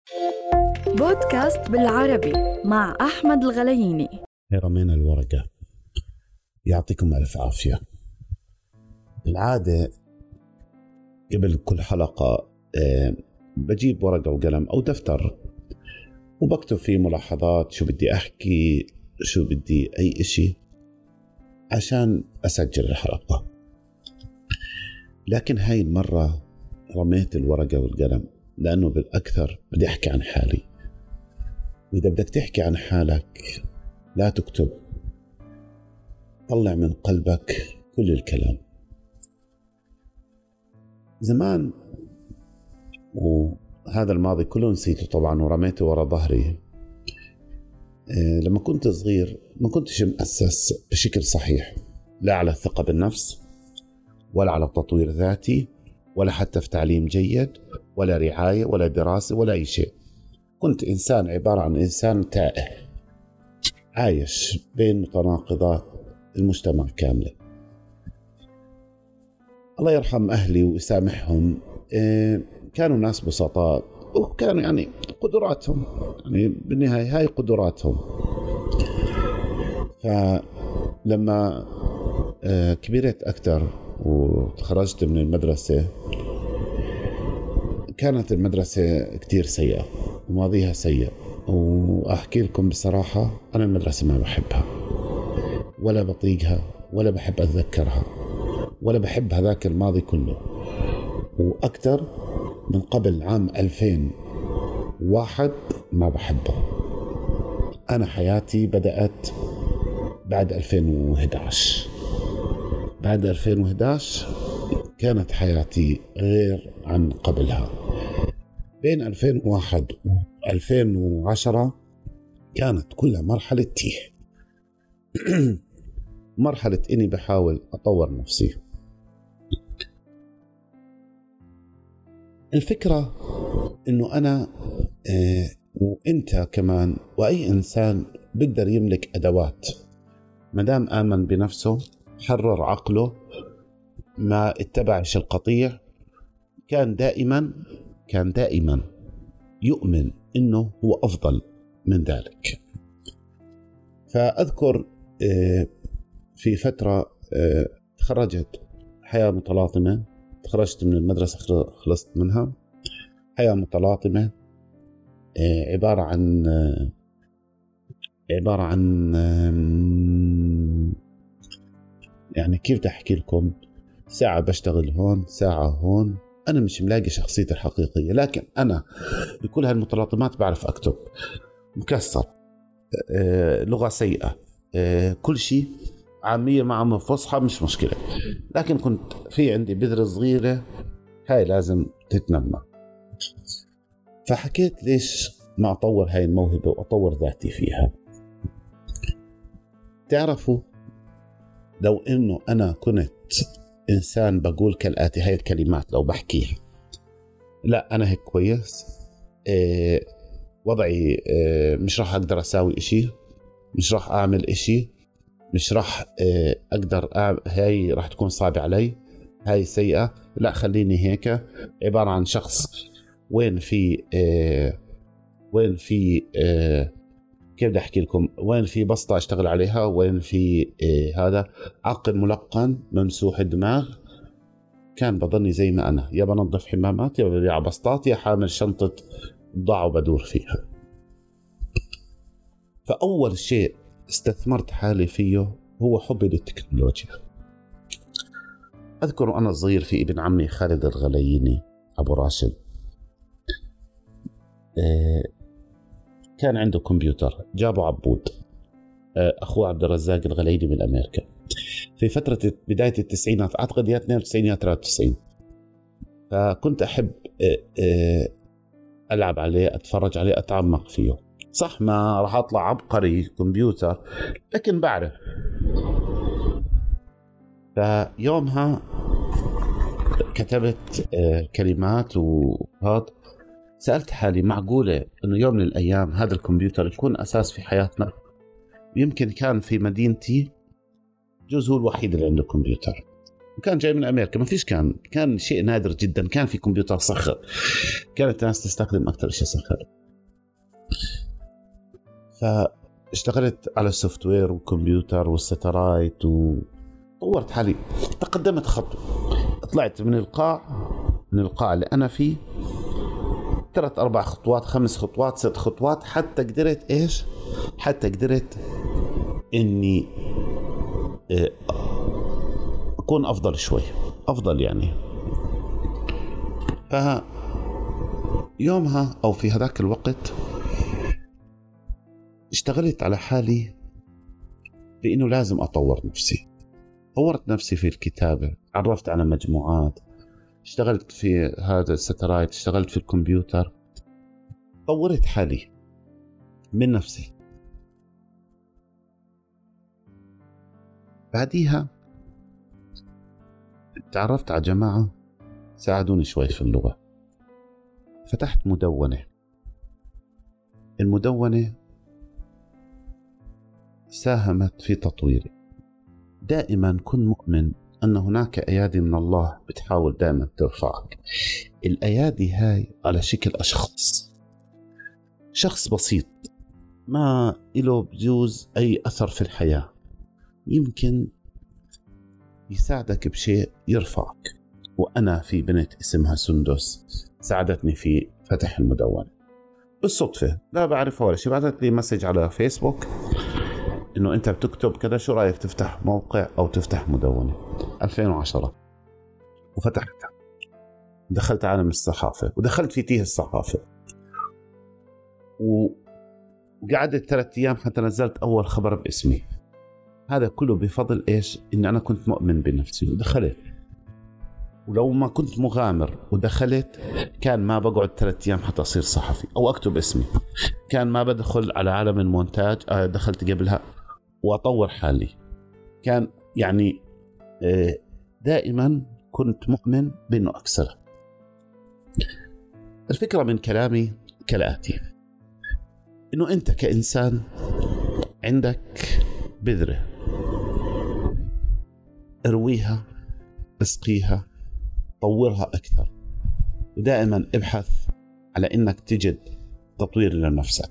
بودكاست بالعربي مع أحمد الغلييني. رمينا الورقة. يعطيكم ألف عافية. العادة قبل كل حلقة بجيب ورقة وقلم أو دفتر وبكتب فيه ملاحظات، شو بدي أحكي، شو بدي أي إشي عشان أسجل الحلقة. لكن هاي المرة رميت الورقة والقلم لأنه بالأكثر بدي أحكي عن حالي. وإذا بدك تحكي عن حالك لا تكتب، طلع من قلبك كل الكلام. زمان وهذا الماضي كله نسيته طبعا ورميته ورا ظهري. لما كنت صغير ما كنتش مؤسس بشكل صحيح، لا على الثقة بالنفس ولا على التطوير ذاتي ولا حتى في تعليم جيد ولا رعاية ولا دراسة ولا أي شيء. كنت إنسان عبارة عن إنسان تائه عايش بين متناقضات المجتمع كاملة. الله يرحم أهلي ويسامحهم، كانوا ناس بسطاء وكانوا يعني قدراتهم، يعني بالنهاية هاي قدراتهم. فلما كبرت أكتر وتخرجت من المدرسة كانت المدرسة كتير سيئة وماضيها سيء، وأحكي لكم بصراحة أنا المدرسة ما بحبها ولا بطيقها ولا بحب أتذكرها ولا بحب هذاك الماضي كله. وأكتر من قبل عام 2001 ما بحبه. أنا حياتي بدأت بعد 2011. بعد 2011 كانت حياتي غير عن قبلها. بين 2001 و 2010 كانت كلها مرحلة تيه. مرحلة إني بحاول أطور نفسي. الفكرة إنه أنا وإنت كمان وأي إنسان بيقدر يملك أدوات مدام آمن بنفسه، حرر عقله، ما اتبعش القطيع، كان دائما يؤمن إنه هو أفضل من ذلك. فأذكر في فترة تخرجت حياة متلاطمة، تخرجت من المدرسة خلصت منها. حياة متلاطمة عبارة عن يعني كيف بدي أحكي لكم، ساعة بشتغل هون ساعة هون. أنا مش ملاقي شخصيتي الحقيقية، لكن أنا بكل هالمتلاطمات بعرف أكتب مكسر، لغة سيئة، كل شيء عامية مع فصحى مش مشكلة. لكن كنت في عندي بذرة صغيرة هاي لازم تتنمى. فحكيت ليش ما أطور هاي الموهبة وأطور ذاتي فيها. تعرفوا لو إنه أنا كنت إنسان بقول كالآتي هاي الكلمات لو بحكيها: لا أنا هيك كويس، وضعي مش راح أقدر أساوي إشي، مش راح أعمل إشي، مش راح أقدر هاي راح تكون صعبة علي، هاي سيئة، لا خليني هيك. عبارة عن شخص وين في كيف بدي أحكي لكم، وين في بسطة أشتغل عليها، وين في هذا عقل ملقن ممسوح الدماغ. كان بضلني زي ما أنا، يا بنظف حمامات، يا ببيع بسطات، يا حامل شنطة بضاعة وبدور فيها. فأول شيء استثمرت حالي فيه هو حبي للتكنولوجيا. أذكر أنا صغير في ابن عمي خالد الغلييني أبو راشد، كان عنده كمبيوتر جابه عبود أخوه عبد الرزاق الغلييني من أمريكا في فترة بداية التسعينات، أعتقد يا 92 يا 93. فكنت أحب ألعب عليه، أتفرج عليه، أتعمق فيه. صح ما راح أطلع عبقري كمبيوتر لكن بعرف. فيومها كتبت كلمات وهذا، سألت حالي معقولة أنه يوم من الأيام هذا الكمبيوتر يكون أساس في حياتنا؟ يمكن كان في مدينتي جزء هو الوحيد اللي عنده كمبيوتر. وكان جاي من أمريكا. ما فيش، كان شيء نادر جدا. كان في كمبيوتر صخر، كانت الناس تستخدم أكثر شيء صخر. فاشتغلت على السوفت وير والكمبيوتر والسترايت وطورت حالي. تقدمت خطوة، طلعت من القاع اللي أنا فيه 3-4 خطوات، 5 خطوات، 6 خطوات، حتى قدرت إني أكون أفضل شوي، أفضل يعني. يومها أو في هذاك الوقت اشتغلت على حالي بأنه لازم أطور نفسي. طورت نفسي في الكتابة، عرفت على مجموعات، اشتغلت في هذا السترايت، اشتغلت في الكمبيوتر، طورت حالي من نفسي. بعديها تعرفت على جماعة ساعدوني شوي في اللغة. فتحت مدونة. المدونة ساهمت في تطويري. دائما كن مؤمن أن هناك أيادي من الله بتحاول دائما ترفعك. الأيادي هاي على شكل شخص بسيط ما إله بجوز أي أثر في الحياة، يمكن يساعدك بشيء يرفعك. وأنا في بنت اسمها سندس ساعدتني في فتح المدونة بالصدفة، لا بعرفها ولا شيء. بعثت لي مسج على فيسبوك إنه أنت بتكتب كذا، شو رأيك تفتح موقع أو تفتح مدونة؟ 2010 وفتحتها. دخلت عالم الصحافة ودخلت في تيه الصحافة، وقعدت 3 أيام حتى نزلت أول خبر باسمي. هذا كله بفضل إيش؟ إن أنا كنت مؤمن بنفسي ودخلت. ولو ما كنت مغامر ودخلت كان ما بقعد 3 أيام حتى أصير صحفي أو أكتب اسمي. كان ما بدخل على عالم المونتاج، دخلت قبلها وأطور حالي. كان يعني دائما كنت مؤمن بأنه أكسر. الفكرة من كلامي كالآتي: إنه أنت كإنسان عندك بذرة، ارويها، اسقيها، طورها أكثر، ودائما ابحث على إنك تجد تطوير لنفسك.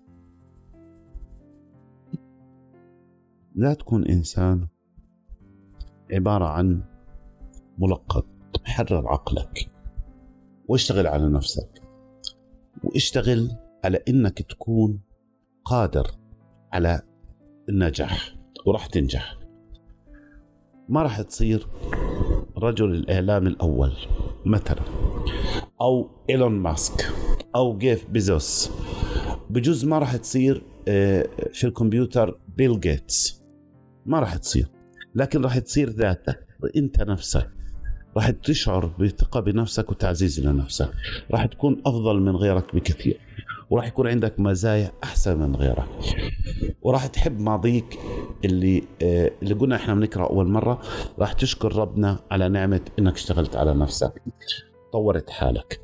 لا تكون إنسان عبارة عن ملقط. حرر عقلك واشتغل على نفسك، واشتغل على إنك تكون قادر على النجاح، وراح تنجح. ما راح تصير رجل الإعلام الأول مثلا، أو إيلون ماسك، أو جيف بيزوس. بجوز ما راح تصير في الكمبيوتر بيل جيتس، ما راح تصير. لكن راح تصير ذاتك أنت نفسك. راح تشعر بثقة بنفسك وتعزيز لنفسك. راح تكون أفضل من غيرك بكثير، وراح يكون عندك مزايا أحسن من غيرك. وراح تحب ماضيك اللي قلنا إحنا بنقرأ أول مرة. راح تشكر ربنا على نعمة إنك اشتغلت على نفسك، طورت حالك.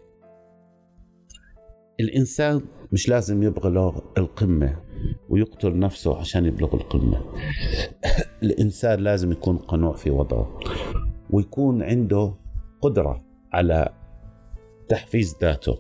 الإنسان مش لازم يبغى القمة ويقتل نفسه عشان يبلغ القمة. الإنسان لازم يكون قنوع في وضعه، ويكون عنده قدرة على تحفيز ذاته.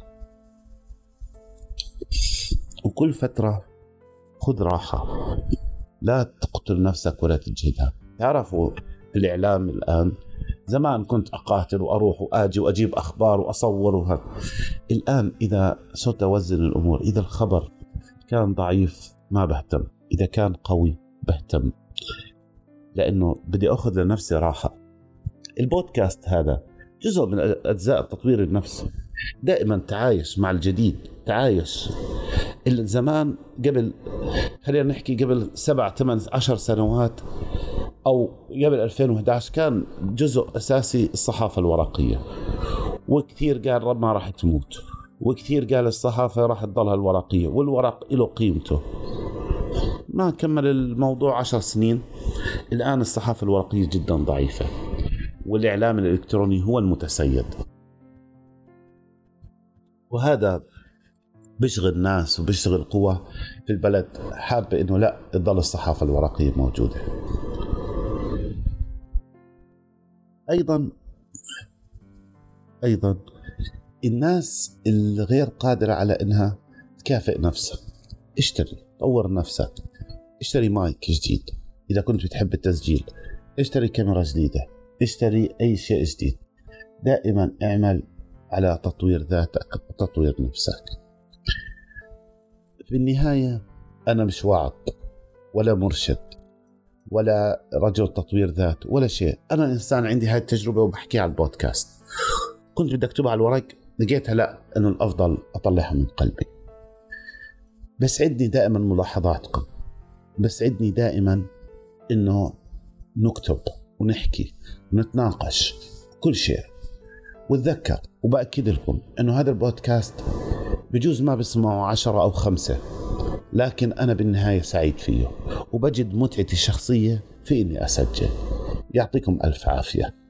وكل فترة خذ راحة، لا تقتل نفسك ولا تجهدها. تعرفوا الإعلام الآن، زمان كنت أقاتل وأروح وآجي وأجيب أخبار وأصور الآن إذا صرت أوزن الأمور، إذا الخبر كان ضعيف ما بهتم، إذا كان قوي بهتم، لأنه بدي أخذ لنفسي راحة. البودكاست هذا جزء من أجزاء تطوير النفس. دائما تعايش مع الجديد، تعايش. الزمان قبل، خلينا نحكي قبل 7 8 10 سنوات أو قبل 2011 كان جزء أساسي الصحافة الورقية، وكثير قال رب ما راح تموت، وكثير قال الصحافة راح تضلها الورقية، والورق له قيمته. ما كمل الموضوع 10 سنين، الآن الصحافة الورقية جدا ضعيفة، والإعلام الإلكتروني هو المتسيد. وهذا بيشغل ناس وبيشغل قوة في البلد حابة إنه لا تضل الصحافة الورقية موجودة. أيضا الناس الغير قادرة على إنها تكافئ نفسها، اشتري، طور نفسك، اشتري مايك جديد إذا كنت بتحب التسجيل، اشتري كاميرا جديدة، اشتري أي شيء جديد. دائما اعمل على تطوير ذاتك وتطوير نفسك. في النهاية أنا مش واعظ ولا مرشد ولا رجل تطوير ذات ولا شيء، أنا إنسان عندي هاي التجربة وبحكيها على البودكاست. كنت بدي أكتبها على الورق، لقيتها لا، أنه الأفضل أطلعها من قلبي. بسعدني دائما ملاحظاتكم، بسعدني دائما أنه نكتب ونحكي ونتناقش كل شيء. وتذكر وبأكد لكم أنه هذا البودكاست بجوز ما بسمعوا 10 أو 5، لكن أنا بالنهاية سعيد فيه وبجد متعتي الشخصية في إني أسجل. يعطيكم ألف عافية.